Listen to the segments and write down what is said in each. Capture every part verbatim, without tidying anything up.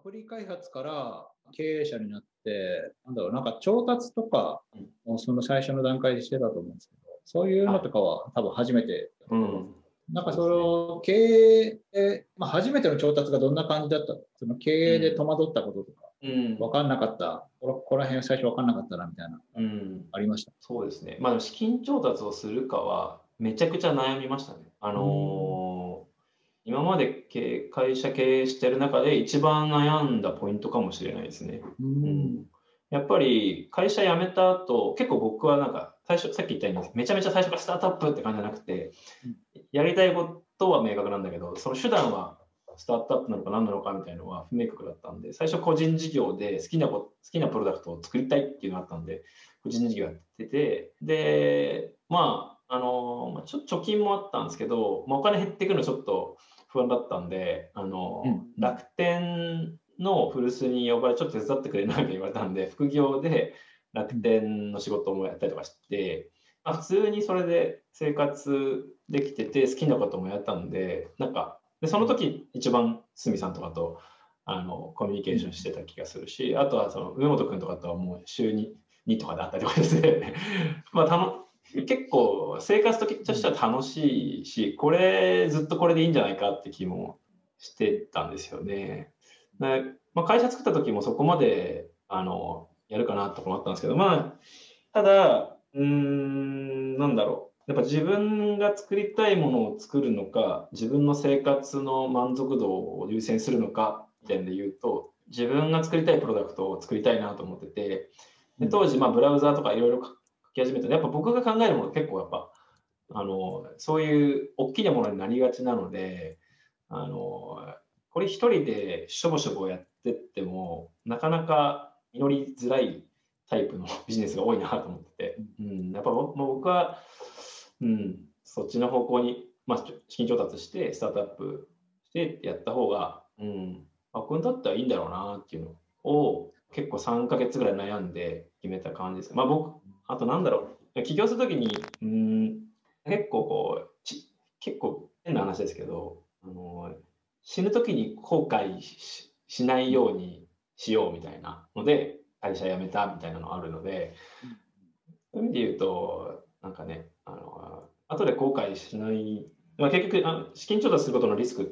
プリ開発から経営者になって、なんだろう、なんか調達とかをその最初の段階でしてたと思うんですけど、そういうのとかは多分初めてだと思うんです。なんかその経営で、まあ、初めての調達がどんな感じだったの？その経営で戸惑ったこととか、 うん、 分かんなかった、こここら辺最初分かんなかったなみたいな、 うん、 ありました？ そうですね。まあ、資金調達をするかはめちゃくちゃ悩みましたね。あうん。 のー今まで経会社経営してる中で一番悩んだポイントかもしれないですね。 ううん、 ん。 やっぱり会社辞めた後、結構僕はなんか最初、さっき言ったようにめちゃめちゃ最初からスタートアップって感じじゃなくて、やりたいことは明確なんだけど、その手段はスタートアップなのか何なのかみたいなのは不明確だったんで、最初個人事業で好きなこ好きなプロダクトを作りたいっていうのがあったんで、個人事業やってて、で、まあ、あの、ちょっと貯金もあったんですけど、まあ、お金減ってくるのちょっと不安だったんで、あの、 うん。 楽天の古巣に呼ばれ、ちょっと手伝ってくれないか言われたんで、副業で楽天の仕事もやったりとかして、まあ、普通にそれで生活できてて、好きなこともやったんで、なんか、でその時一番鷲見さんとかとあのコミュニケーションしてた気がするし、あとはその上本君とかとはもう週ににとかであったりとかですね、まあたの結構生活としては楽しいし、これずっとこれでいいんじゃないかって気もしてたんですよね。でまあ、会社作った時もそこまであのやるかなとかもあったんですけど、まあ、ただ、うーん、なんだろう。やっぱ自分が作りたいものを作るのか、自分の生活の満足度を優先するのかみたいなで言うと、自分が作りたいプロダクトを作りたいなと思ってて、で当時、まあ、ブラウザーとかいろいろ書き始めたやっぱ僕が考えるもの結構やっぱ、あの、そういう大きなものになりがちなので、あの、これ一人でしょぼしょぼやってっても、なかなか実りづらいタイプのビジネスが多いなと思ってて、うん、やっぱ僕は、うん、そっちの方向に、まあ、資金調達して、スタートアップしてやった方が、うん、僕にとってはいいんだろうなっていうのを、結構さんかげつぐらい悩んで決めた感じです。まあ僕、あとなんだろう、起業するときに、うん、結構こう、ち結構変な話ですけど、あの死ぬときに後悔ししないようにしようみたいなので、会社辞めたみたいなのあるので、そういう意味で言うと、なんかね、あの、後で後悔しない、まあ、結局あ、資金調達することのリスクって、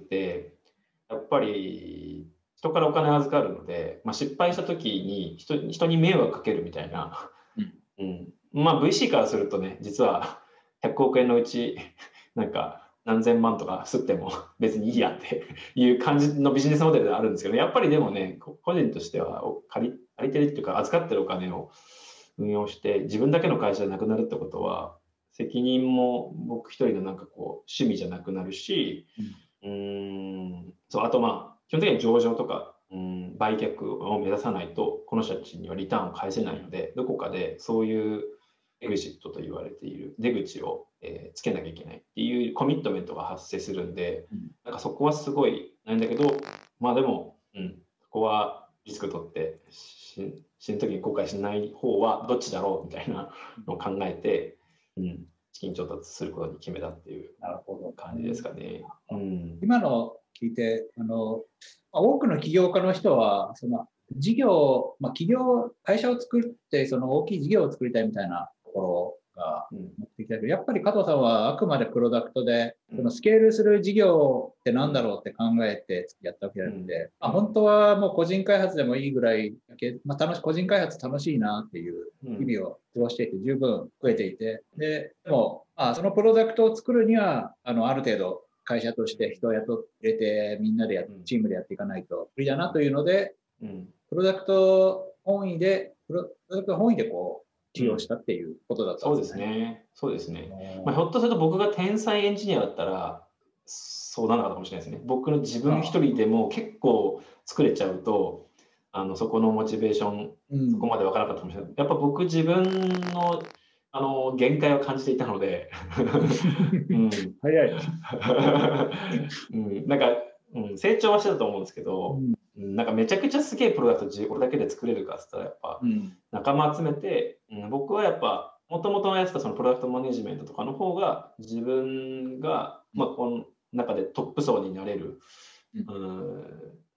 やっぱり人からお金預かるので、まあ、失敗した時に人人に迷惑かけるみたいな、うん、まあ ブイシー からするとね、実はひゃくおく円のうち、なんか何千万とか吸っても別にいいやっていう感じのビジネスモデルであるんですけど、やっぱりでもね、個人としては借り借りてるっていうか、預かってるお金を運用して、自分だけの会社でなくなるってことは、責任も僕一人のなんかこう趣味じゃなくなるし、うーん、そう、あとまあ、基本的には上場とか、うん、売却を目指さないと、この人たちにはリターンを返せないので、どこかでそういうエグジットと言われている出口を、えーつけなきゃいけないっていうコミットメントが発生するんで、なんかそこはすごいなんだけど、まあでも、うん、そこはリスク取って死死ぬ時に後悔しない方はどっちだろうみたいなのを考えて、うん、資金調達することに決めたっていう感じですかね。うん、 今の聞いて、あの多くの起業家の人は、その事業、まあ、企業、会社を作って、その大きい事業を作りたいみたいなところが目的だけど、やっぱり加藤さんはあくまでプロダクトで、そのスケールする事業って何だろうって考えてやったわけなので、まあ、本当はもう個人開発でもいいぐらいだけ、まあ、楽し個人開発楽しいなっていう日々を過ごしていて、十分増えていて、ででも、まあ、そのプロダクトを作るには、あのある程度、会社として人を雇って入れて、みんなでやチームでやっていかないと無理だなというので、うん、プロダクト本位で、プロダクト本位でこう、起用したっていうことだったんですね。 そうですね。そうですね。まあ、ひょっとすると僕が天才エンジニアだったら、そうなのかったかもしれないですね。僕の自分一人でも結構作れちゃうと、あのそこのモチベーション、うん、そこまでわからなかったかもしれない。やっぱ僕自分のあの限界を感じていたので、うん、 早い、 うん、なんか、うん、成長はしてたと思うんですけど、うん、なんかめちゃくちゃすげえプロダクト自分だけで作れるかって言ったらやっぱ、うん、仲間集めて、うん、僕はやっぱもともとやってたそのプロダクトマネジメントとかの方が自分が、まあ、この中でトップ層になれる、うん、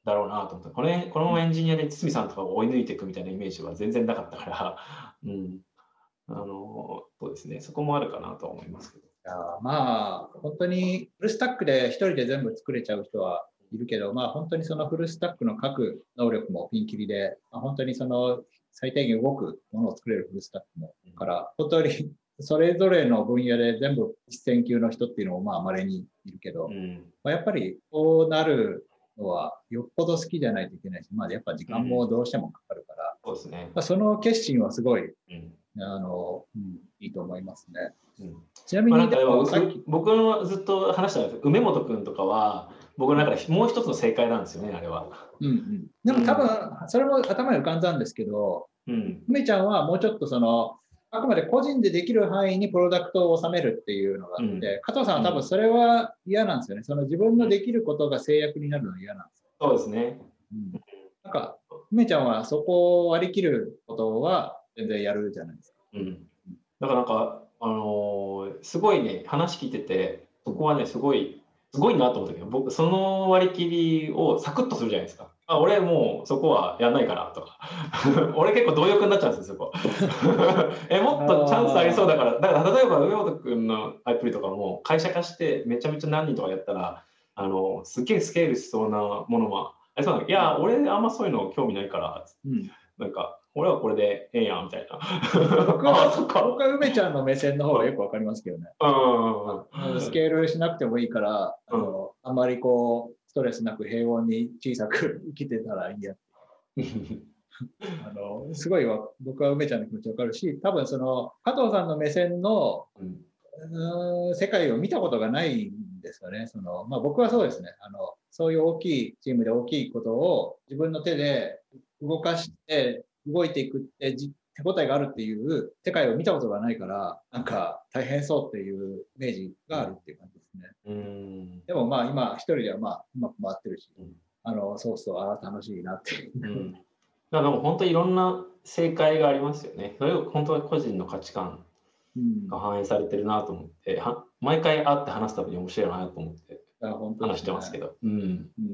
だろうなと思った。これ、このエンジニアで堤さんとかを追い抜いていくみたいなイメージは全然なかったから、うん。あの、そうですね。そこもあるかなとは思いますけど。 いやまあ、本当にフルスタックで一人で全部作れちゃう人はいるけど、まあ本当にそのフルスタックの各能力もピンキリで、まあ、本当にその最低限動くものを作れるフルスタックもから、本当にそれぞれの分野で全部実践級の人っていうのもまあ稀にいるけど、うんまあ、やっぱりこうなるのはよっぽど好きじゃないといけないし、まあやっぱ時間もどうしてもかかるから、 うん、そうですね。 まあ、その決心はすごい、うんあのうん、いいと思いますね。うん、ちなみに、まあ、 さっき僕のずっと話したんです梅本君とかは僕の中でもう一つの正解なんですよね、あれは。 うんうん、でも多分、それも頭に浮かんだんですけど、うん、梅ちゃんはもうちょっとその、あくまで個人でできる範囲にプロダクトを収めるっていうのがあって、うん、加藤さんは多分それは嫌なんですよね。その自分のできることが制約になるのは嫌なんですよ。 そうですね。 うん、なんか、梅ちゃんはそこを割り切ることは全然やるじゃないですか。 うん、だからなんか、あのー、すごいね、話聞いてて、そこはね、すごい、すごいなと思ったけど、僕、その割り切りをサクッとするじゃないですか。あ、俺もうそこはやんないからとか。俺結構貪欲になっちゃうんですよ、そこ。え、もっとチャンスありそうだから、だから例えば上本君のアプリとかも会社化してめちゃめちゃ何人とかやったら、あの、すっげえスケールしそうなものも、あそういや、俺あんまそういうの興味ないから、うん、なんか、俺はこれでええやんみたいな。 僕は、僕は梅ちゃんの目線の方がよくわかりますけどね。うん、スケールしなくてもいいから、あの、うん、あんまりこう、ストレスなく平穏に小さく生きてたらいいや。あのすごいわ僕は梅ちゃんの気持ちわかるし、多分その加藤さんの目線の、うん、世界を見たことがないんですよね。そのまあ、僕はそうですねあの。そういう大きいチームで大きいことを自分の手で動かして動いていくって手応えがあるっていう世界を見たことがないから、なんか大変そうっていうイメージがあるっていう感じですね。うんでもまあ今一人ではまあうまく回ってるし、あのそうそうあ楽しいなっていう。うんだから本当にいろんな正解がありますよね。それを本当は個人の価値観が反映されてるなと思って、うん、毎回会って話すたびに面白いなと思って話してますけど。 うんうん、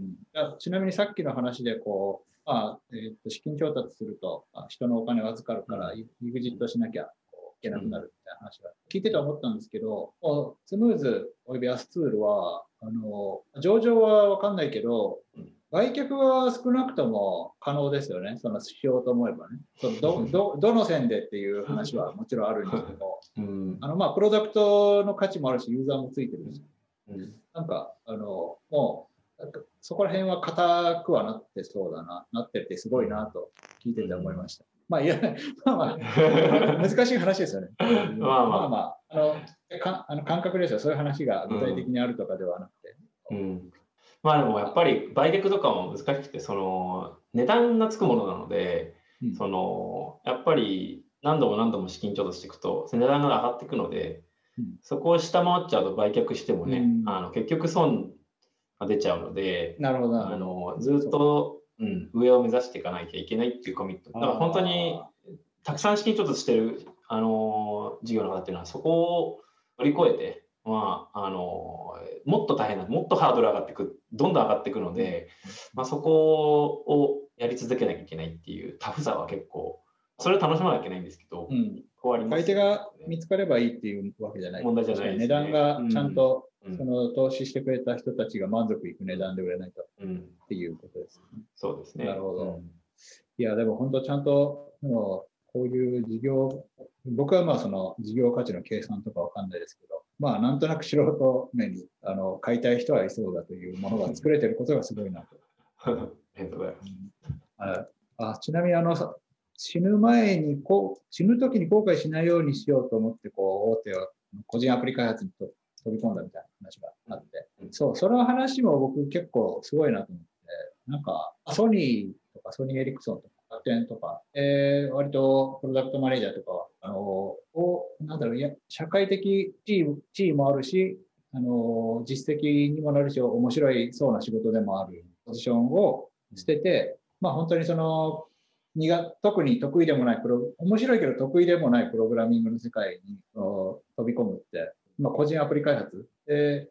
ちなみにさっきの話でこう、まあえー、と資金調達すると、まあ、人のお金を預かるから、うん、イグジットしなきゃいけなくなるみたいな話が聞いてて思ったんですけど、うん、スムーズおよびアスツールはあの上場は分かんないけど、うん売却は少なくとも可能ですよね、そのしようと思えばね。その ど, ど, どの線でっていう話はもちろんあるんですけど、うん、あのまあプロダクトの価値もあるし、ユーザーもついてるし、うん、なんかあのもうそこら辺は硬くはなってそうだな、なってってすごいなと聞いてて思いました。うん、まあいや、まあまあ、難しい話ですよね。まあまあ、まあまあ、あのかあの感覚ですよ、そういう話が具体的にあるとかではなくて。 うんうんまあでもやっぱり売却とかも難しくて、その値段がつくものなので、うん、そのやっぱり何度も何度も資金調達していくと、値段が上がっていくので、うん、そこを下回っちゃうと売却してもね、うん、あの結局損が出ちゃうので、 なるほどあのずっと、うん、上を目指していかなきゃいけないっていうコミット。だから本当にたくさん資金調達してるあの事業の方っていうのは、そこを乗り越えて、まあ、あのもっと大変なもっとハードル上がっていくどんどん上がっていくので、まあ、そこをやり続けなきゃいけないっていうタフさは結構それを楽しまなきゃいけないんですけど、うん、 こうあります、ね、相手が見つかればいいっていうわけじゃない問題じゃないですね。 値段がちゃんと、うん、その投資してくれた人たちが満足いく値段で売れないと、うん、っていうことですね。 そうですね。 なるほど。うん、いやでも本当ちゃんとこういう事業、僕はまあその事業価値の計算とかわかんないですけど、まあなんとなく素人目にあの買いたい人はいそうだというものが作れてることがすごいなと。 ありがとうございます。 ああちなみにあの死ぬ前にこう死ぬ時に後悔しないようにしようと思ってこう大手は個人アプリ開発にと飛び込んだみたいな話があって、うん、そうその話も僕結構すごいなと思って、なんかソニーとかソニーエリクソンとか楽天とか、えー、割とプロダクトマネージャーとかあのをなんだろういや社会的地位、地位もあるし、あの実績にもなるし面白いそうな仕事でもあるポジションを捨てて、まあ本当にその苦特に得意でもないプロ面白いけど得意でもないプログラミングの世界に飛び込むって、まあ、個人アプリ開発で、まあ、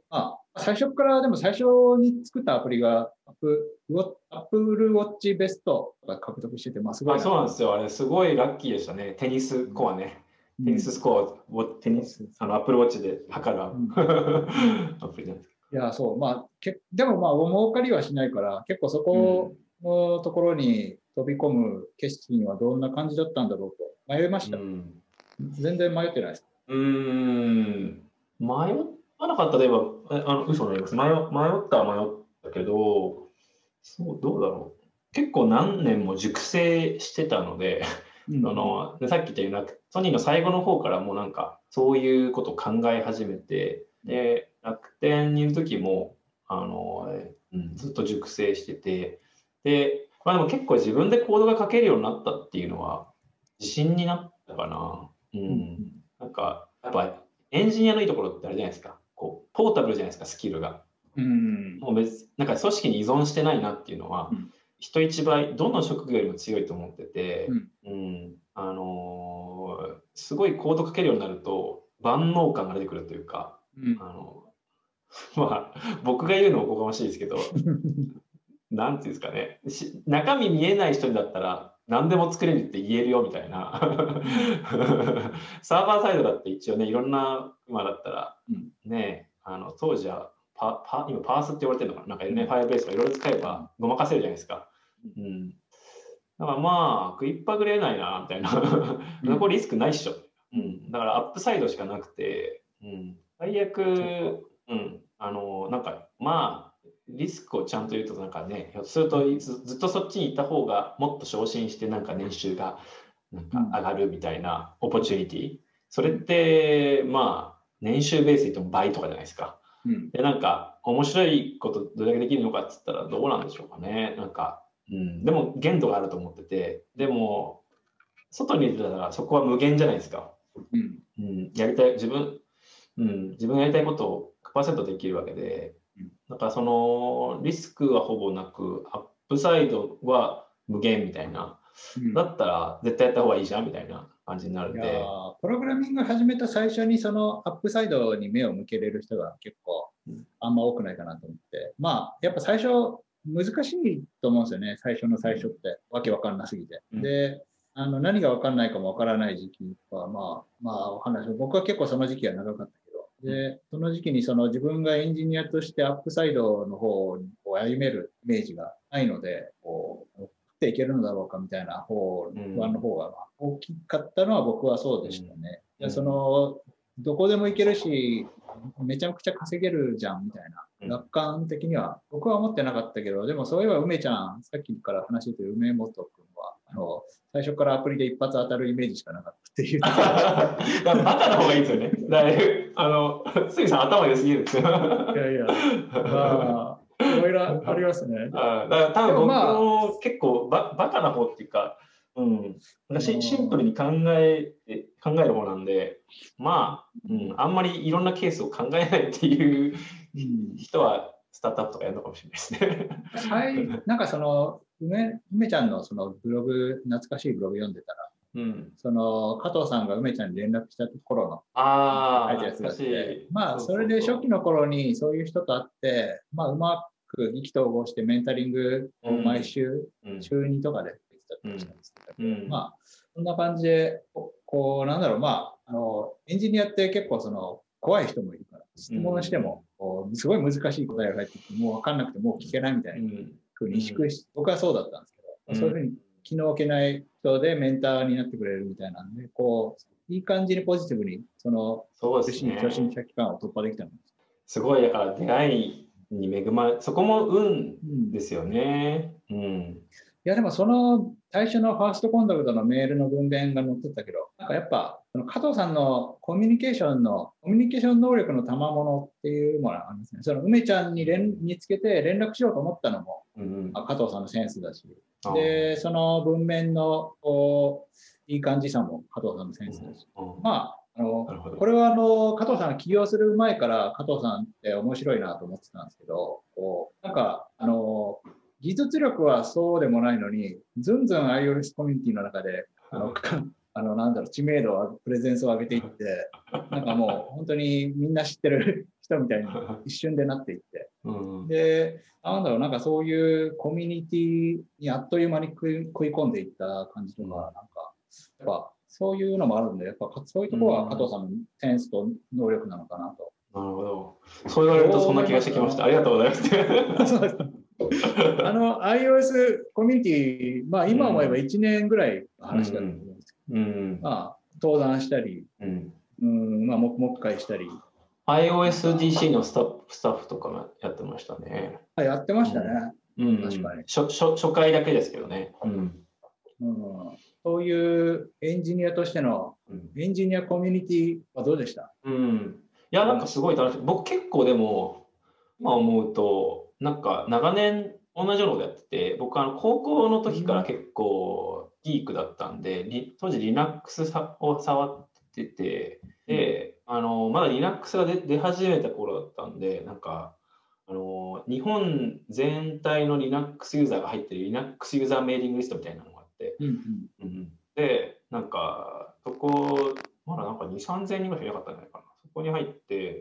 最初から、でも最初に作ったアプリが、アップルウォッチベストが獲得してて、まあ、すごいな。 あ、そうなんですよ。あれ、すごいラッキーでしたね。テニスコアね。うん、テニススコアを、テニス、あの、アップルウォッチで測る、うん、アプリなんですけど。いや、そう。まあ、けでもまあ、儲かりはしないから、結構そこのところに飛び込む景色にはどんな感じだったんだろうと迷いました。うん、全然迷ってないです。 うーん。迷わなかったで言えば、あの、嘘になります。迷、迷ったは迷ったけど、そう、どうだろう。結構何年も熟成してたので、うん、あのさっき言ったように、ソニーの最後の方からもうなんか、そういうことを考え始めて、で、楽天にいる時も、あの、うん、ずっと熟成してて、で、まあでも結構自分でコードが書けるようになったっていうのは、自信になったかな。うん。うん、なんか、やっぱエンジニアのいいところってあれじゃないですか。こう、ポータブルじゃないですか、スキルが。うん、もう別なんか組織に依存してないなっていうのは、うん、人一倍どの職業よりも強いと思ってて、うんうん、あのー、すごいコード書けるようになると万能感が出てくるというか、うん、あのまあ僕が言うのもおこがましいですけどなんていうんですかね、中身見えない人だったら何でも作れるって言えるよみたいなサーバーサイドだって一応ね、いろんな今だったらね、あの当時はパパ今パースって言われてるのかな、なんか エヌエファイブ ベースとかいろいろ使えばごまかせるじゃないですか。うん、だからまあ食いっぱぐれないなみたいなそこリスクないっしょ、うん、だからアップサイドしかなくて、うん、最悪、うん、あのなんかまあリスクをちゃんと言うとなんかね、ひょっとするとずずっとそっちに行った方がもっと昇進してなんか年収がなんか上がるみたいなオポチュニティ、それってまあ年収ベースで言っても倍とかじゃないですか。うん、でなんか面白いことどれだけできるのかって言ったらどうなんでしょうかね。なんか、うん、でも限度があると思ってて、でも外に出たらそこは無限じゃないですか。うんうん、やりたい自分、うん、自分がやりたいことを ひゃくパーセント できるわけで、だからそのリスクはほぼなくアップサイドは無限みたいな、うん、だったら絶対やった方がいいじゃんみたいな感じになるんで、 プログラミング始めた最初にそのアップサイドに目を向けれる人が結構あんま多くないかなと思って、まあやっぱ最初難しいと思うんですよね、最初の最初って、わけわかんなすぎて。うん、であの何がわかんないかもわからない時期はまあまあお話、僕は結構その時期は長かったけど、でその時期にその自分がエンジニアとしてアップサイドの方を歩めるイメージがないので、こうっていけるのだろうかみたいな方、不安の方が大きかったのは僕はそうでしたね。うん、でそのどこでも行けるし、めちゃくちゃ稼げるじゃんみたいな、楽観的には僕は思ってなかったけど、でもそういえば梅ちゃん、さっきから話してる梅本君は、あの最初からアプリで一発当たるイメージしかなかったっていう。バカな方がいいですよね。だいぶ、あの、杉さん頭良すぎるんですよ。いやいや、まあ、いろいろありますね。 あだから多分僕も結構ババカな方っていうか、うん、シシンプルに考え考える方なんで、まあ、うん、あんまりいろんなケースを考えないっていう人はスタートアップとかやるのかもしれないですね。 はい、なんかその梅梅ちゃんのそのブログ、懐かしいブログ読んでたら、うん、その加藤さんが梅ちゃんに連絡した頃の書いたやつがあって、まあそれで初期の頃にそういう人と会って、まあうまく意気投合してメンタリングを毎週、うん、週にとかでできたりしたんですけど、うん、まあそんな感じでこうなんだろう、まああのエンジニアって結構その怖い人もいるから、質問しても、うん、すごい難しい答えが返ってきてもう分かんなくてもう聞けないみたいなふうに意識し、僕はそうだったんですけど、うん、そういうふうに気の置けない人でメンターになってくれるみたいなんで、こういい感じにポジティブにその苦しい初心者期間を突破できたんです。 すごい、だから出会いに恵まれ、そこも運ですよね。うん。うん、いやでもその最初のファーストコンタクトのメールの文面が載ってたけど、なんかやっぱその加藤さんのコミュニケーションのコミュニケーション能力の賜物っていうものがあるんですね。その梅ちゃんに連見つけて連絡しようと思ったのも、うん、加藤さんのセンスだし、でその文面のこういい感じさも加藤さんのセンスだし、うん、まああのこれはあの加藤さんが起業する前から加藤さんって面白いなと思ってたんですけど、こうなんかあの技術力はそうでもないのに、ずんずん iOS コミュニティの中で、あの、あのなんだろう、知名度を、プレゼンスを上げていって、なんかもう本当にみんな知ってる人みたいに一瞬でなっていって、 うん、 で、なんだろう、なんかそういうコミュニティにあっという間に食い食い込んでいった感じとか、うん、なんか、やっぱそういうのもあるんで、やっぱそういうところは加藤さんのセンスと能力なのかなと。 なるほど。そう言われるとそんな気がしてきました。ありがとうございます。そうですあの iOS コミュニティ、まあ今思えばいちねんぐらいの話だと思うんですけど、うんうん、まあ登壇したり、うんうんまあ黙々会したり。 iOSDC のスタッフスタッフとかもやってましたね。 あ、やってましたね。 うん、確かに初初。初回だけですけどね。うんうん、そういうエンジニアとしての、エンジニアコミュニティはどうでした？ うん、いや、なんかすごい楽しい。僕結構でも、今思うと、なんか長年同じようなことやってて、僕あの高校の時から結構ギークだったんで、うん、当時 Linux を触ってて、で、あの、まだ Linux が 出, 出始めた頃だったんで、なんか、あの、日本全体の Linux ユーザーが入ってる Linux ユーザーメーリングリストみたいなのがあって、うんうんうん、で、なんか、そこ、まだなんかにせん、さんぜんにんぐらいいなかったんじゃないかな。そこに入って、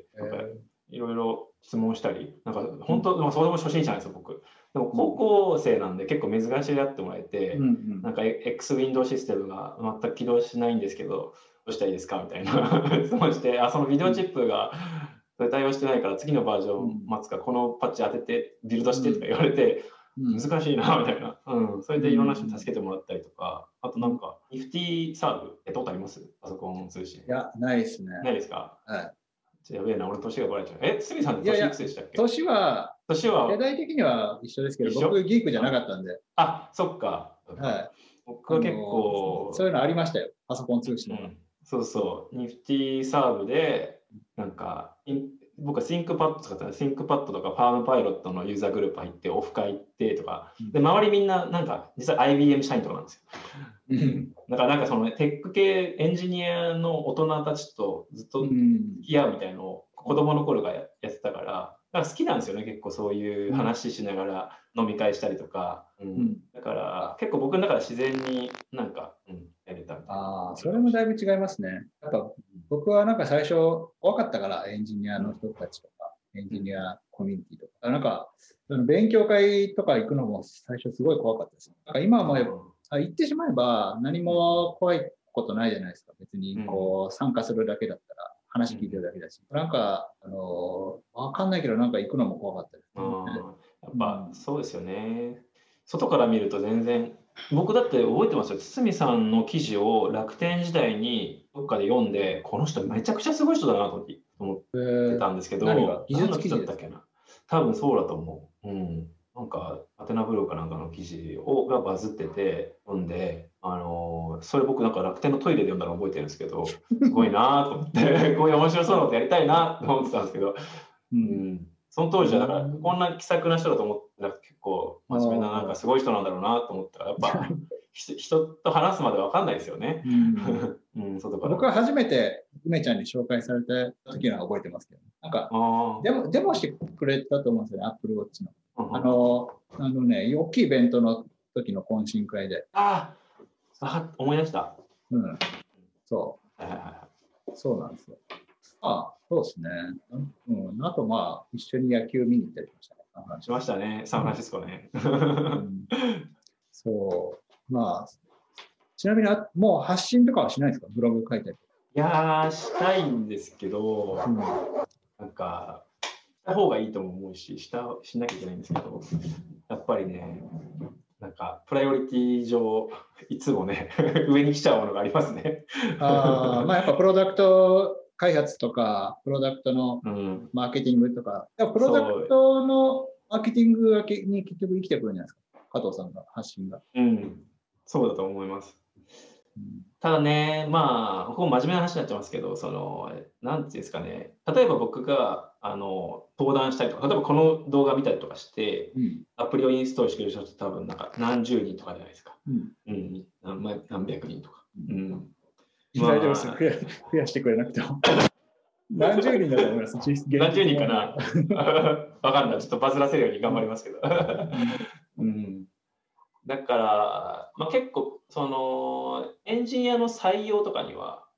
なんかいろいろ質問したり、なんか本当、うん、それも初心者なんですよ、僕。でも高校生なんで結構珍しがってもらえて、うんうん、なんか X ウィンドウシステムが全く起動しないんですけど、どうしたらいいですかみたいな質問して、あ、そのビデオチップがそれ対応してないから次のバージョン待つから、このパッチ当ててビルドしてとか言われて、難しいなみたいな、うん、それでいろんな人に助けてもらったりとか、あとなんか ニフティ サーブやったことあります？パソコン通信。 いや、ないですね。 ないですか？ はい。 やべえな、俺年がバレちゃう。え、鷲見さんって年いくつでしたっけ？ 年は、年は世代的には一緒ですけど、僕ギークじゃなかったんで。 あ、そっか。はい。僕は結構そういうのありましたよ、パソコン通信とか。 うん、そうそう、ニフティ サーブで、なんか、僕は ThinkPad 使ったら ThinkPad とか PalmPilot のユーザーグループ入ってオフ会行ってとか、で周りみんななんか実は アイビーエム 社員とかなんですよ。だからなんかそのテック系エンジニアの大人たちとずっと付き合うみたいなのを子供の頃がやってたから、だから好きなんですよね、結構そういう話しながら飲み会したりとか。うん、だから結構僕の中で自然になんか、うん、やれたみたいな。 ああ、それもだいぶ違いますね。やっぱ僕はなんか最初怖かったからエンジニアの人たちとか、エンジニアコミュニティとか、なんかその勉強会とか行くのも最初すごい怖かったです。なんか今思えば、行ってしまえば何も怖いことないじゃないですか。別にこう参加するだけだったら話聞いてるだけだし。なんか、あのー、わかんないけどなんか行くのも怖かったです。 やっぱそうですよね。外から見ると全然、僕だって覚えてますよ。堤さんの記事を楽天時代にどっかで読んで、この人めちゃくちゃすごい人だなと思ってたんですけど、 何が技術記事だったっけな。多分そうだと思う。うん。なんか、アテナブログかなんかの記事をがバズってて、読んで、あのー、それ僕なんか楽天のトイレで読んだの覚えてるんですけど、すごいなと思って、こういう面白そうなことやりたいなと思ってたんですけど、うん、うんその当時はだからこんな気さくな人だと思ってなくて結構真面目ななんかすごい人なんだろうなと思ったらやっぱ人と話すまで分かんないですよね。 うんうん、外から僕は初めて梅ちゃんに紹介された時は覚えてますけど、なんかデモ、デモしてくれたと思うんですよね、アップルウォッチの。あの、あのね、大きいイベントの時の懇親会で。 ああ、思い出した。 うん。そう。そうなんですよ。ああ、そうですね。うん。あと、まあ、一緒に野球見に行ったりしましたね。 しましたね、サンフランシスコね。うん、 そう。まあ、ちなみに、もう発信とかはしないですか？ブログ書いたり。いやー、したいんですけど、うん、なんか、した方がいいとも思うし、したしなきゃいけないんですけど、やっぱりね、なんか、プライオリティ上、いつもね、上に来ちゃうものがありますね。 あまあ、やっぱプロダクト開発とか、プロダクトのマーケティングとか、うん、プロダクトのマーケティングに結局生きてくるんじゃないですか、加藤さんが発信が。 うん、そうだと思います。うん、ただね、まあ、ここ真面目な話になっちゃいますけど、その、なんていうんですかね、例えば僕が、あの、登壇したりとか、例えばこの動画見たりとかして、うん、アプリをインストールしてくれる人って多分なんか何十人とかじゃないですか。うん。うん、何, 何百人とか。うん。 まあ、大丈夫ですよ。増やしてくれなくても。何十人だと思います。 何十人かなわかんない。ちょっとバズらせるように頑張りますけど。うん、だから、まあ、結構、その、エンジニアの採用とかには、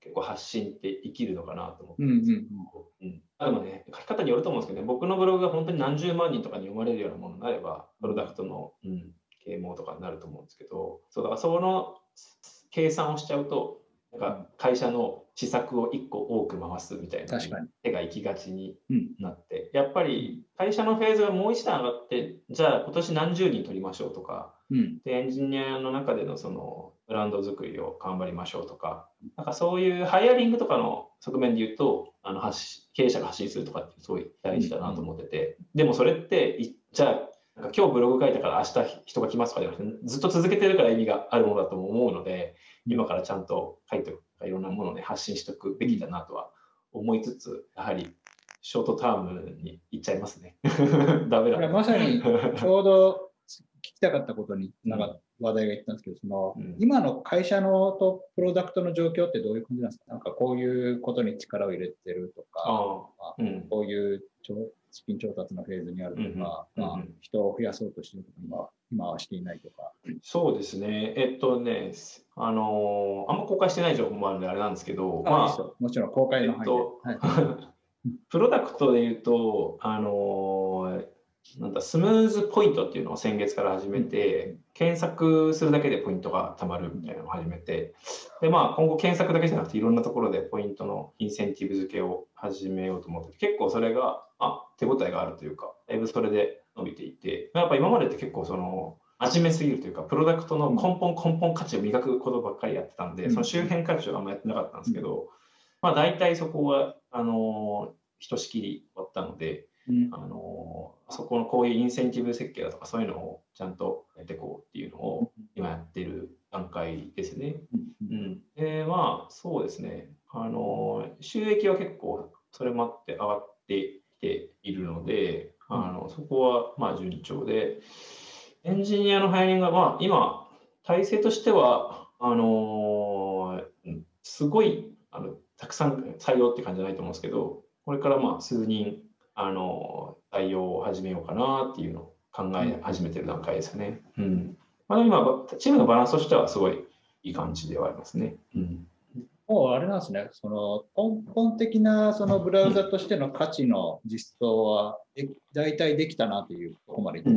結構発信って生きるのかなと思ってうんうんるんですけど、うんうん、でもね、書き方によると思うんですけどね、僕のブログが本当に何十万人とかに読まれるようなものになれば、プロダクトの、うん、啓蒙とかになると思うんですけど、そうだからその計算をしちゃうと、なんか会社の施策をいっこ多く回すみたいな手が行きがちになって、やっぱり会社のフェーズがもう一段上がって、じゃあ今年何十人取りましょうとか、うん、でエンジニアの中でのそのブランド作りを頑張りましょうとか、なんかそういうハイアリングとかの側面で言うと、あの発経営者が発信するとかってすごい大事だなと思ってて、うん、でもそれってじゃあなんか今日ブログ書いたから明日人が来ますとかじゃなくて、ずっと続けてるから意味があるものだと思うので、今からちゃんと書いておくかいろんなものを、ね、発信しておくべきだなとは思いつつ、やはりショートタームに行っちゃいますね。ダメだ、ね。 まさにちょうど聞きたかったことになんか話題が言ったんですけど、その、うん、今の会社のとプロダクトの状況ってどういう感じなんですか？なんかこういうことに力を入れてるとか、ああうん、こういう資金調達のフェーズにあるとか、うんうんまあ、人を増やそうとしているとか今、今はしていないとか。 そうですね。えっとね、あのー、あんま公開してない情報もあるんであれなんですけど、 あまあ、もちろん公開の範囲で。えっとはい、プロダクトで言うと、あのー、なんだスムーズポイントっていうのを先月から始めて、うん、検索するだけでポイントがたまるみたいなのを始めて、でまあ、今後検索だけじゃなくていろんなところでポイントのインセンティブ付けを始めようと思ってて、結構それがあ手応えがあるというか、だいぶそれで伸びていて、やっぱ今までって結構その真面目すぎるというか、プロダクトの根本根本価値を磨くことばっかりやってたんで、うん、その周辺価値はあんまやってなかったんですけど、うん、まあ大体そこはあのひとしきり終わったので、うん、あのそこのこういうインセンティブ設計だとかそういうのをちゃんとやっていこうっていうのを今やってる段階ですね。うん、でまあそうですね、あの収益は結構それもあって上がってきているので、あのそこはまあ順調で、エンジニアのハイアリングは、まあ、今、体制としては、あのー、すごいあのたくさん採用って感じじゃないと思うんですけど、これからまあ数人、あのー、採用を始めようかなっていうのを考え始めてる段階ですね。うん。まあ、今、チームのバランスとしてはすごいいい感じではありますね。うん。 もうあれなんですね、その根本的なそのブラウザとしての価値の実装は大体できたなというところまでいった、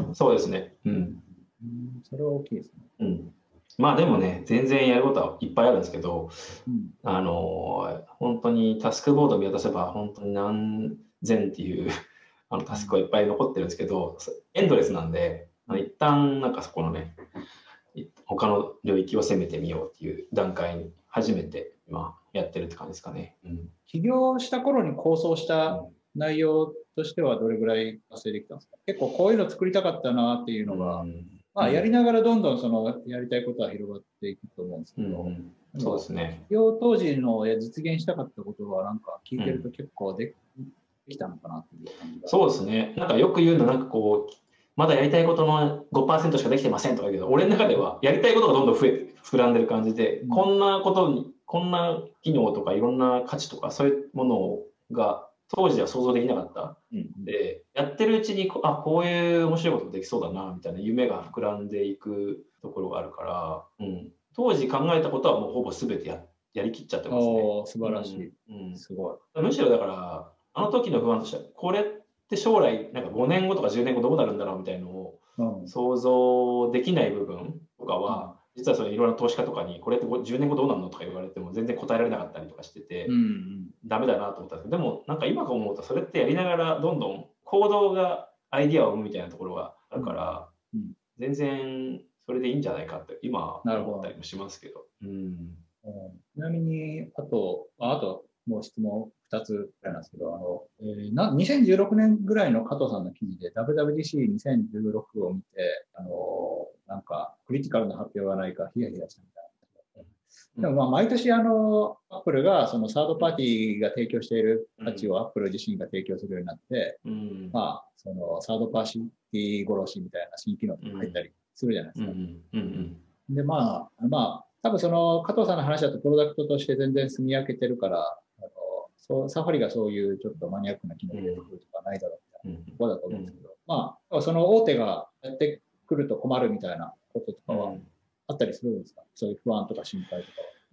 うん、そうですね、うん。うん。 それは大きいですね。 うん。まあでもね、全然やることはいっぱいあるんですけど、うん、あの本当にタスクボードを見渡せば本当に何千っていうあのタスクはいっぱい残ってるんですけど、エンドレスなんで、一旦なんかそこのね、他の領域を攻めてみようっていう段階に初めて今やってるって感じですかね。うん、 起業した頃に構想した内容としてはどれぐらい達成できたんですか？結構こういうの作りたかったなっていうのが、うん、まあ、やりながらどんどんそのやりたいことは広がっていくと思うんですけど、うん、 そうですね。 起業当時の実現したかったことはなんか聞いてると結構で、うん、できたのかなっていう感じが。 そうですね。なんかよく言うのなんかこうまだやりたいことの ごパーセント しかできてませんとか言うけど、俺の中ではやりたいことがどんどん増え膨らんでる感じで、うん、こんなことにこんな機能とかいろんな価値とかそういうものが当時は想像できなかった、うん、でやってるうちにあこういう面白いことできそうだなみたいな夢が膨らんでいくところがあるから、うん、当時考えたことはもうほぼ全て や, やりきっちゃってますね。 お素晴らしい、うんうん、すごい。むしろだからあの時の不安としてはこれって将来なんかごねんごとかじゅうねんごどうなるんだろうみたいなのを想像できない部分とかは、うん、実はそのいろんな投資家とかにこれってじゅうねんごどうなるのとか言われても全然答えられなかったりとかしてて、うんうん、ダメだなと思ったんですけど、でもなんか今思うとそれってやりながらどんどん行動がアイディアを生むみたいなところがあるから、うんうん、全然それでいいんじゃないかって今思ったりもしますけど。うん、 ちなみにあとあともう質問ふたつぐらいなんですけど、あの、えー、なにせんじゅうろくねんぐらいの加藤さんの記事で ダブリューダブリューディーシーにせんじゅうろく を見て、あの、なんかクリティカルな発表がないかヒヤヒヤしたみたいな。でもまあ毎年あの、アップルがそのサードパーティーが提供している価値をアップル自身が提供するようになって、うん、まあそのサードパーティー殺しみたいな新機能とか入ったりするじゃないですか。うんうんうん、でまあ、まあ多分その加藤さんの話だとプロダクトとして全然住み分けてるから、あのそうサファリがそういうちょっとマニアックな機能を入れてくるとかないだろうみたいなところだと思うんですけど、まあその大手がやってくると困るみたいなこととかはあったりするんですか？そういう不安とか心配とかは。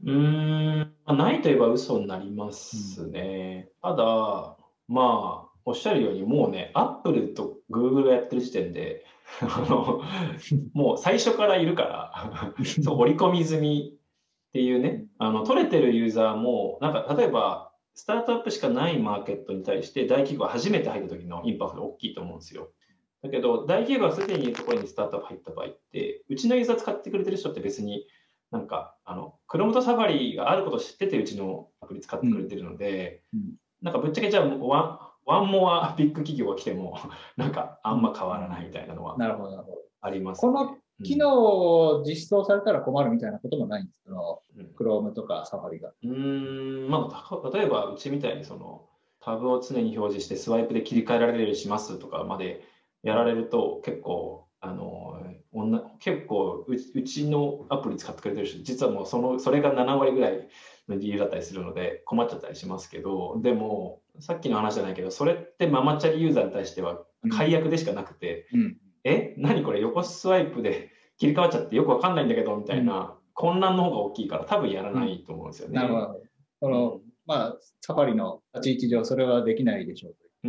うーん、まあないといえば嘘になりますね。うん、ただ、まあ、おっしゃるように、もうね、アップルとグーグルがやってる時点で、あのもう最初からいるからそう織り込み済みっていうね、あの取れてるユーザーも、なんか例えば、スタートアップしかないマーケットに対して大企業が初めて入った時のインパクトが大きいと思うんですよ。だけど、大企業がすでにいるところにスタートアップ入った場合って、うちのユーザー使ってくれてる人って別に、なんか、あの、Chrome と Safari があることを知ってて、うちのアプリ使ってくれてるので、うんうん、なんかぶっちゃけじゃあ、ワン、ワンモアビッグ企業が来ても、なんかあんま変わらないみたいなのはありますね。 この機能を実装されたら困るみたいなこともないんですけど、うん、Chrome とか Safari が。 うーん、まあ、例えばうちみたいにそのタブを常に表示してスワイプで切り替えられるようにしますとかまでやられると結構、あの、結構うち、うちのアプリ使ってくれてる人、実はもうその、それがなな割ぐらいの理由だったりするので困っちゃったりしますけど、でも、さっきの話じゃないけど、それってママチャリユーザーに対しては解約でしかなくて、うん、え、何これ横スワイプで切り替わっちゃってよくわかんないんだけどみたいな、うん、混乱の方が大きいから多分やらないと思うんですよね。 なるほど。その、うん、まあ、サファリの立ち位置上、それはできないでしょう。 うん、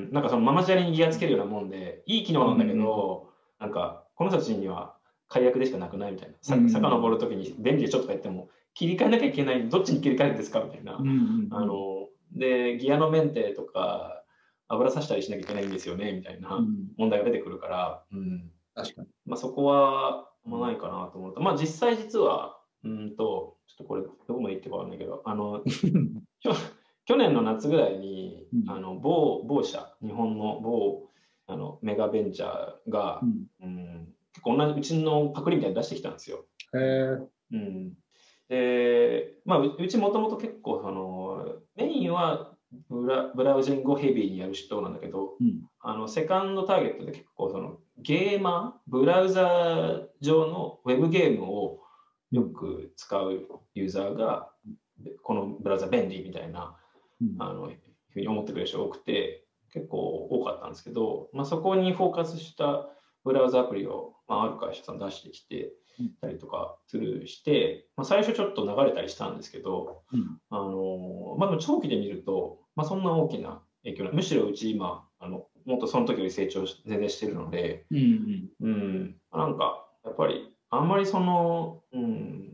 なんかそのママチャリにギアつけるようなもんで、いい機能なんだけど、うん、なんか、この人たちには解約でしかなくないみたいな。さ、遡るときに便利でちょっとか言っても、切り替えなきゃいけない、どっちに切り替えるんですかみたいな。うん、あの、で、ギアのメンテとか、油さしたりしなきゃいけないんですよね、みたいな問題が出てくるから、うん。 確かに。 まあそこは、あんまないかなと思うと、まあ実際実は、うんと、ちょっとこれ、どこまで言ってかわかんないけど、あの、去年の夏ぐらいに、うん、あの某某社、日本の某あのメガベンチャーが、うんうん、結構同じうちのパクリみたいに出してきたんですよ。 へー、 うん、で、まあ、うちもともと結構そのメインはブラブラウジングをヘビーにやる人なんだけど、うん、あのセカンドターゲットで結構そのゲーマー、ブラウザ上のウェブゲームをよく使うユーザーが、このブラウザ便利みたいな、あのふうに思ってくれる人が多くて結構多かったんですけど、まあ、そこにフォーカスしたブラウザアプリを、まあ、ある会社さん出してきてたりとかするして、まあ、最初ちょっと流れたりしたんですけど、うん、あのまあ、長期で見ると、まあ、そんな大きな影響ない。むしろうち今あのもっとその時より成長し全然してるので、うんうんうん、なんかやっぱりあんまりその、うん、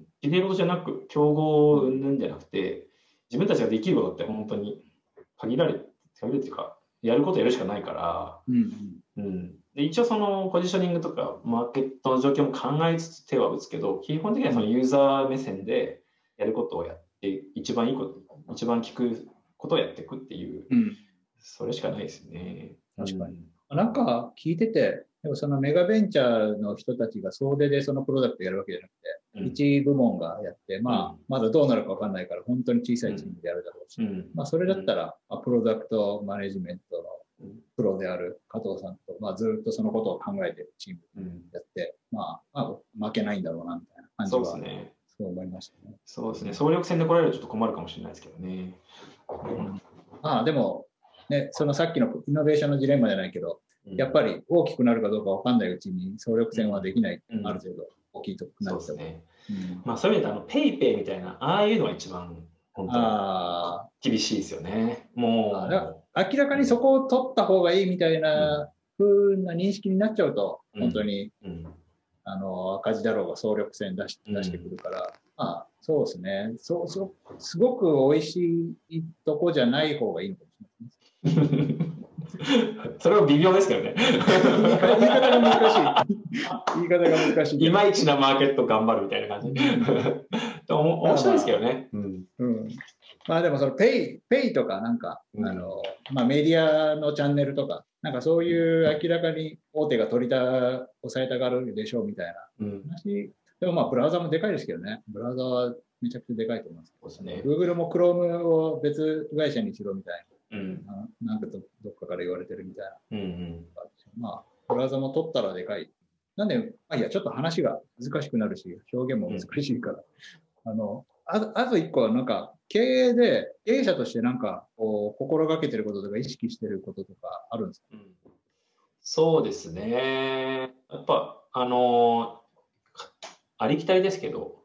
きれい事じゃなく競合云々じゃなくて、自分たちができることって本当に限られて、限られていうか、やることやるしかないから、うんうん、で一応そのポジショニングとかマーケットの状況も考えつつ手は打つけど、基本的にはそのユーザー目線でやることをやって、一番いいこと、一番効くことをやっていくっていう、うん、それしかないですね。 確かに。うん、なんか聞いてて、でもそのメガベンチャーの人たちが総出でそのプロダクトやるわけじゃなくて、うん、一部門がやって、まあ、うん、まだどうなるかわかんないから、本当に小さいチームでやるだろうし、うん、まあ、それだったら、まあ、プロダクトマネジメントのプロである加藤さんと、まあ、ずっとそのことを考えてるチームでやって、まあ、まあ、負けないんだろうな、みたいな感じは、そうですね。そう思いましたね。 そうですね。総力戦で来られるとちょっと困るかもしれないですけどね。 まあ、でも、ね、そのさっきのイノベーションのジレンマじゃないけど、やっぱり大きくなるかどうかわかんないうちに総力戦はできない、うん、ある程度大きいとこなっても。 そうですね。うん、まあそういう意味であのペイペイみたいなああいうのが一番本当に厳しいですよね。もう明らかにそこを取った方がいいみたいな風な認識になっちゃうと、うん、本当に、うん、あの赤字だろうが総力戦出し出してくるから、うん、まあそうですね。そうそうすごく美味しいとこじゃない方がいいのかもしれないですね。 それは微妙ですけどね。 言い方が難しい。言い方が難しい。 いまいちなマーケット頑張るみたいな感じ。面白いですけどね。うんうん、まあでもそのペイ、ペイとかなんか、うん、あの、まあメディアのチャンネルとか、なんかそういう明らかに大手が取りた、抑えたがるでしょうみたいな話。うん、でもまあブラウザもでかいですけどね。ブラウザはめちゃくちゃでかいと思います。そうですね。Google も Chrome を別会社にしろみたいな。うん、なんか ど, どっかから言われてるみたいな、うんうん、まあブラウザも取ったらでかいなんで、あいやちょっと話が難しくなるし表現も難しいから、うん、あのああと一個はなんか経営で経営者としてなんかこう心がけてることとか意識してることとかあるんですか？うん、 そうですね、やっぱあのありきたりですけど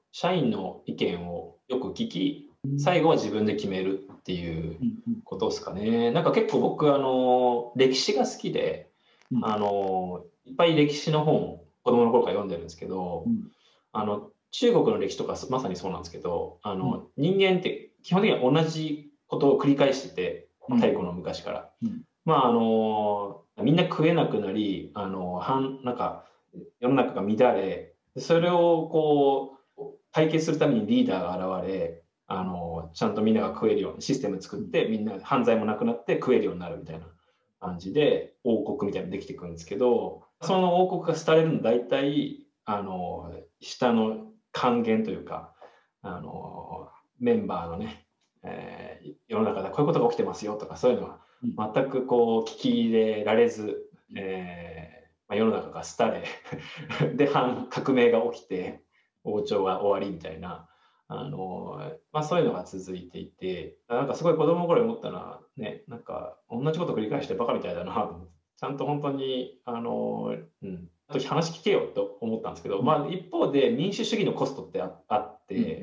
社員の意見をよく聞き、最後は自分で決めるっていうことですかね。なんか結構僕、あの、歴史が好きで、あの、いっぱい歴史の本を子供の頃から読んでるんですけど、あの、中国の歴史とかまさにそうなんですけど、あの、人間って基本的には同じことを繰り返してて、太古の昔から。まあ、あの、みんな食えなくなり、あの、はん、なんか、世の中が乱れ、それをこう、解決するためにリーダーが現れ、あの、ちゃんとみんなが食えるようにシステム作って、みんな犯罪もなくなって食えるようになるみたいな感じで、王国みたいなのできていくんですけど、その王国が廃れるの大体、あの、下の還元というか、あの、メンバーのね、えー、世の中でこういうことが起きてますよとか、そういうのは全くこう聞き入れられず、えーまあ、世の中が廃れで反革命が起きて王朝が終わりみたいな、あの、まあ、そういうのが続いていて、なんかすごい子供の頃思ったのはね、なんか同じこと繰り返してバカみたいだなと思って、ちゃんと本当にあの、うん、話聞けよと思ったんですけど、まあ、一方で民主主義のコストってあって、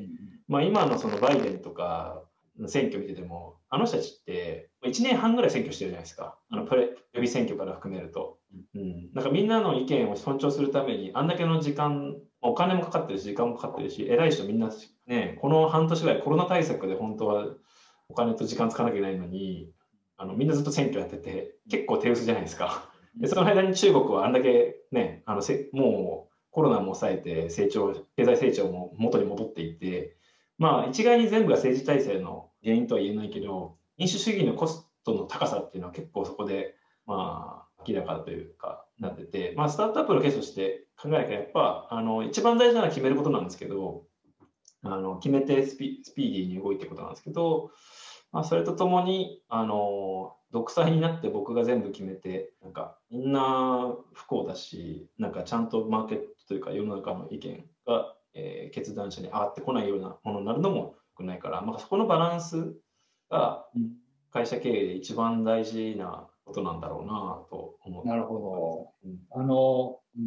まあ、今のそのバイデンとか選挙見てても、あの人たちっていちねんはんぐらい選挙してるじゃないですか。あのプレ予備選挙から含めると。うん。なんかみんなの意見を尊重するために、あんだけの時間、お金もかかってるし、時間もかかってるし、偉い人みんなね、この半年ぐらいコロナ対策で本当はお金と時間使わなきゃいけないのに、あのみんなずっと選挙やってて、結構手薄じゃないですか。でその間に中国はあんだけね、あのせもうコロナも抑えて成長、経済成長も元に戻っていって、まあ一概に全部が政治体制の原因とは言えないけど、民主主義のコストの高さっていうのは結構そこで、まあ、明らかというか、なってて、まあ、スタートアップのケースとして考えなきゃやっぱ、あの、一番大事なのは決めることなんですけど、あの、決めてスピ、スピーディーに動いていくことなんですけど、まあ、それとともに、あの、独裁になって僕が全部決めて、なんか、みんな不幸だし、なんかちゃんとマーケットというか世の中の意見が、えー決断者に上がってこないようなものになるのも良くないから、まあ、そこのバランスが会社経営で一番大事なことなんだろうなと思って。 なるほど。うん、あの、うん、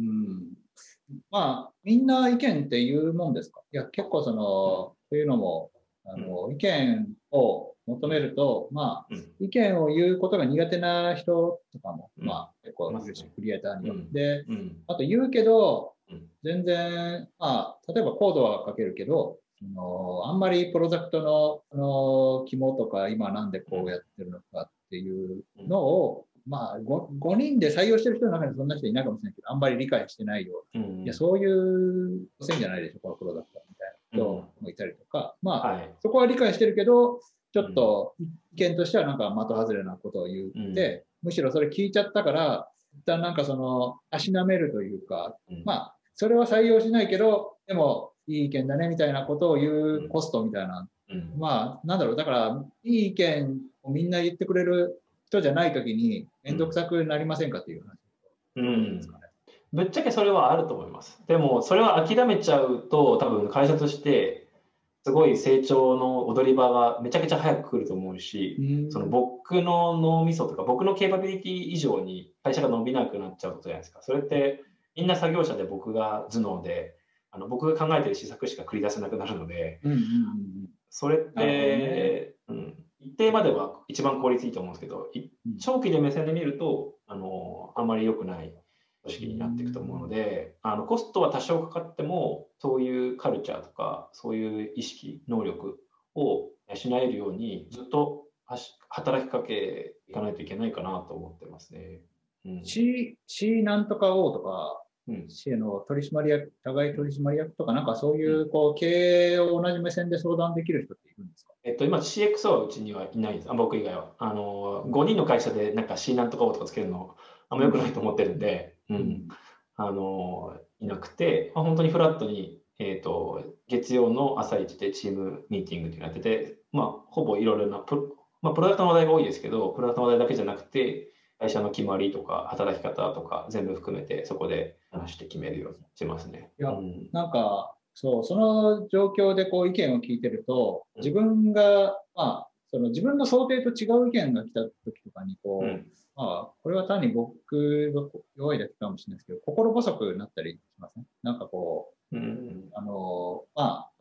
まあ、みんな意見って言うもんですか？いや、結構その、というのも、あの、うん、意見を求めると、まあ、うん、意見を言うことが苦手な人とかも、うん、まあ、結構いるし、クリエイターには。うん、で、うん、あと言うけど、全然、まあ、例えばコードは書けるけど、そのあんまりプロダクトの、あの、肝とか、今なんでこうやってるのかっていうのを、まあ5、ごにんで採用してる人の中にそんな人いないかもしれないけど、あんまり理解してないような、うん、いや、そういう線じゃないでしょ、このプロダクトみたいな人もいたりとか、うん、まあ、はい、そこは理解してるけど、ちょっと意見としてはなんか的外れなことを言って、うん、むしろそれ聞いちゃったから、一旦なんかその、たしなめるというか、うん、まあ、それは採用しないけど、でも、いい意見だねみたいなことを言うコストみたいな、うん、まあ、なんだろう、だから、いい意見をみんな言ってくれる人じゃないときに、めんどくさくなりませんかっていう話、 うんですかね。ぶっちゃけそれはあると思います。でも、それは諦めちゃうと、多分会社として、すごい成長の踊り場がめちゃくちゃ早く来ると思うし、うん、その僕の脳みそとか、僕のケーパビリティ以上に会社が伸びなくなっちゃうことじゃないですか。それって、みんな作業者で僕が頭脳で、あの僕が考えてる施策しか繰り出せなくなるので、うんうんうん、それって、ね、うん、一定までは一番効率いいと思うんですけど、長期で目線で見ると、あの、あんまり良くない組織になっていくと思うので、あのコストは多少かかっても、そういうカルチャーとか、そういう意識、能力を養えるように、ずっと働きかけいかないといけないかなと思ってますね。 うん、C、C なんとか O とか、うん、C の取締役、互い取締役とか、なんかそういう、こう、経営を同じ目線で相談できる人っているんですか？ えっと、今 シーエックスオー はうちにはいないです。あ、僕以外は。あの、ごにんの会社でなんか C なんとか O とかつけるの、あんま良くないと思ってるんで、うん。うん、あの、いなくて、まあ、本当にフラットに、えっと、月曜の朝一でチームミーティングっていうのやってて、まあ、ほぼいろいろなプロ、まあ、プロダクトの話題が多いですけど、プロダクトの話題だけじゃなくて、会社の決まりとか、働き方とか、全部含めて、そこで話して決めるようにしますね。 いや、うん、なんか、そう、その状況でこう意見を聞いてると、自分が、まあ、その自分の想定と違う意見が来た時とかに、こう、うん、まあ、これは単に僕が弱いだけかもしれないですけど、心細くなったりしません？なんかこう、うん、あの、まあ、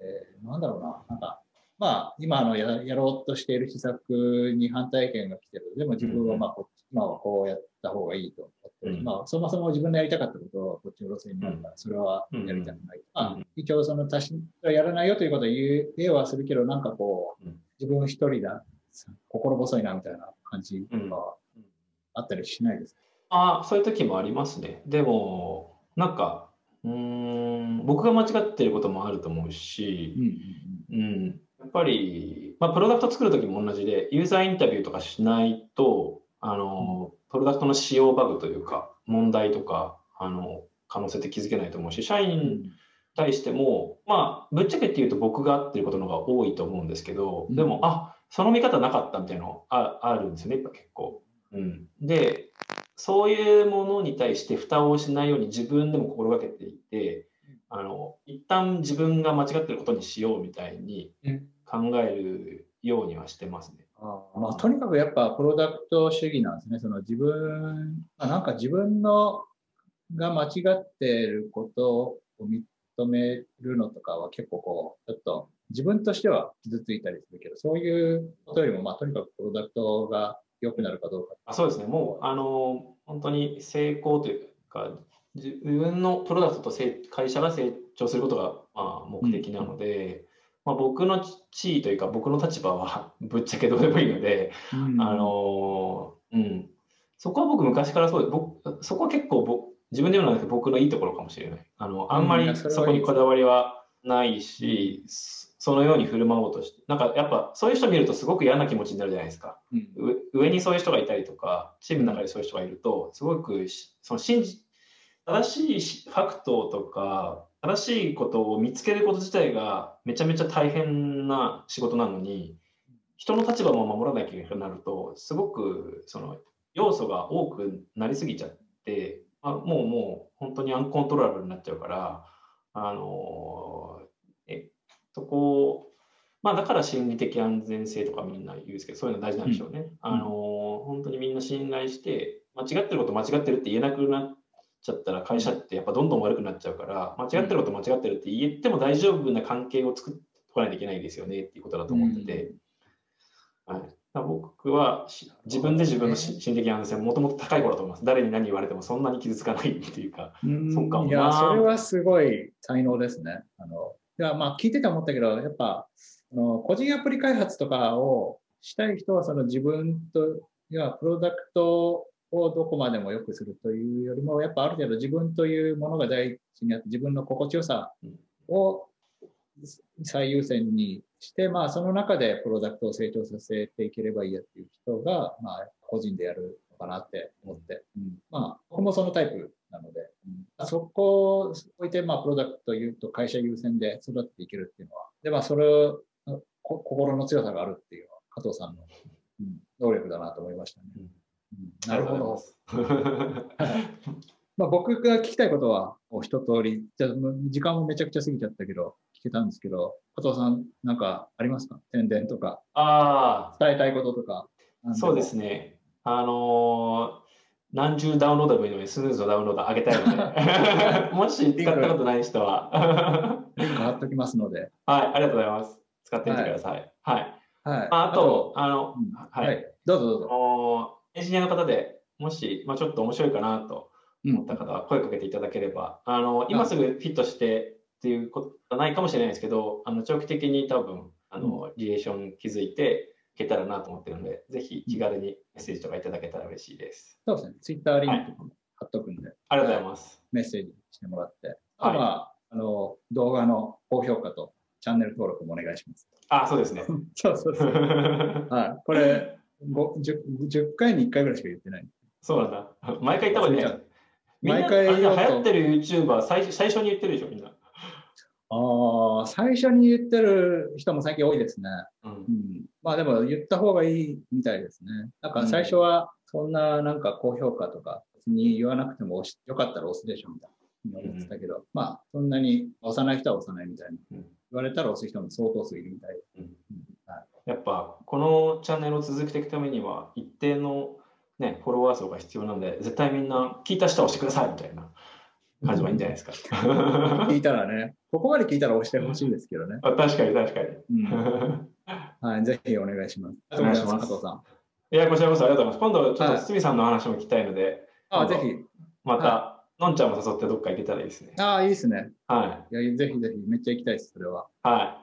今の や, やろうとしている施策に反対意見が来てる。でも自分はまあこっち、今はこうやった方がいいと思ってる、うん、まあ、そもそも自分のやりたかったことはこっちの路線になるから、それはやりたくない。うん、まあ、一応その足しやらないよということを言えはするけど、なんかこう、自分一人だ、心細いなみたいな感じとかあったりしないですか？ ああ、そういう時もありますね。でも、なんか、うーん、僕が間違ってることもあると思うし、うん、うんうん、やっぱり、まあ、プロダクト作る時も同じで、ユーザーインタビューとかしないと、あの、プロダクトの使用バグというか、問題とか、あの、可能性って気づけないと思うし、社員に対しても、まあ、ぶっちゃけって言うと僕が合ってることの方が多いと思うんですけど、でも、あ、その見方なかったみたいなのああるんですよね、やっぱ結構。うん、で、そういうものに対して蓋をしないように自分でも心がけていて、あの一旦自分が間違ってることにしようみたいに考えるようにはしてますね。 あまあ、とにかくやっぱプロダクト主義なんですね。その自分、まあ、なんか自分のが間違ってることを認めるのとかは結構こう、ちょっと自分としては傷ついたりするけど、そういうことよりも、まあ、とにかくプロダクトが良くなるかどうか。 あ、そうですね。もう、あの、本当に成功というか、自分のプロダクトと会社が成長することが、まあ、目的なので、うん、まあ、僕の地位というか、僕の立場はぶっちゃけどうでもいいので、うん、あの、うん。そこは僕昔からそうです。僕、そこは結構僕、自分で言うのは僕のいいところかもしれない。あの、あんまりそこにこだわりはないし、うんそのように振る舞おうとして、なんかやっぱそういう人見るとすごく嫌な気持ちになるじゃないですか。うん、上にそういう人がいたりとか、チームの中でそういう人がいると、すごくその信じ正しいファクトとか、正しいことを見つけること自体がめちゃめちゃ大変な仕事なのに、人の立場も守らなきゃいけなくなると、すごくその要素が多くなりすぎちゃって、あもうもう本当にアンコントローラブルになっちゃうから、あのえそこ、まあ、だから心理的安全性とかみんな言うんですけど、そういうの大事なんでしょうね。うん、あの本当にみんな信頼して、間違ってること間違ってるって言えなくなっちゃったら、会社ってやっぱどんどん悪くなっちゃうから、間違ってること間違ってるって言っても大丈夫な関係を作ってこないといけないですよねっていうことだと思ってて、うんはい、僕は自分で自分の心理的安全性もともと高い方だと思います。誰に何言われてもそんなに傷つかないっていうか、 うんそっかもな。いや、それはすごい才能ですね。あのいやまあ聞いてて思ったけど、やっぱあの個人アプリ開発とかをしたい人はその自分といやプロダクトをどこまでも良くするというよりも、やっぱある程度自分というものが第一にあって、自分の心地よさを最優先にして、まあ、その中でプロダクトを成長させていければいいやっていう人が、まあ、個人でやるのかなって思って、うん、まあ僕もそのタイプなので、うん、そこを置いて、まあ、プロダクトというと会社優先で育っていけるっていうのは、で、まあ、それを心の強さがあるっていうのは加藤さんの、うん、能力だなと思いましたね。うんなるほど。まあ僕が聞きたいことは一通り、じゃ時間もめちゃくちゃ過ぎちゃったけど、聞けたんですけど、加藤さん、なんかありますか？宣伝とか、あ伝えたいこととか。 そうですね。あのー、何十ダウンロードでもいいので、スムーズのダウンロード上げたいので、もし使ったことない人は、 リンク貼っときますので。 はい、ありがとうございます。使ってみてください。はい。はい、あ, あと、あの、うんはい、はい、 どうぞどうぞ。 エンジニアの方でもし、まあ、ちょっと面白いかなと思った方は声かけていただければ、うん、あの今すぐフィットしてっていうことはないかもしれないですけど、あの長期的に多分あの、うん、リレーション築いていけたらなと思ってるので、ぜひ気軽にメッセージとかいただけたら嬉しいです。 そうですね。ツイッターリンクとかも貼っとくんで、はい、 ありがとうございます。 メッセージしてもらって、あとは、はい、あの動画の高評価とチャンネル登録もお願いします。 あ、そうですね。 そうそうそう。はい、これ 10, じゅっかいにいっかいぐらいしか言ってない。 そうなんだ。毎回言った方がいいね。毎回流行ってる YouTuber 最, 最初に言ってるでしょ、みんな。 ああ、最初に言ってる人も最近多いですね。うんうん、まあでも言った方がいいみたいですね。なんか最初はそんななんか高評価とか別に言わなくてもよかったら押すでしょみたいな思ってたけど、うん、まあそんなに押さない人は押さないみたいな。うん、言われたら押す人も相当数いるみたいで。うんうんはい、やっぱこのチャンネルを続けていくためには一定のね、フォロワー層が必要なんで、絶対みんな聞いた人は押してくださいみたいな感じはいいんじゃないですか。 聞いたらね、ここまで聞いたら押してほしいですけどね。 あ確かに確かに。うん、 はい、ぜひお願いします。 お願いします。 加藤さん。 いや、こちらこそありがとうございます。今度、ちょっと堤さんの話も聞きたいので、 はい、あ、ぜひ。 また、はい、のんちゃんも誘ってどっか行けたらいいですね。 ああ、いいですね。 はい。 いや、ぜひぜひ、めっちゃ行きたいです、それは。 はい。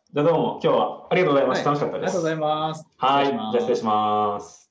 はい。 じゃあどうも、今日はありがとうございました。 はい、 楽しかったです。 ありがとうございます。 はい。じゃあ失礼します。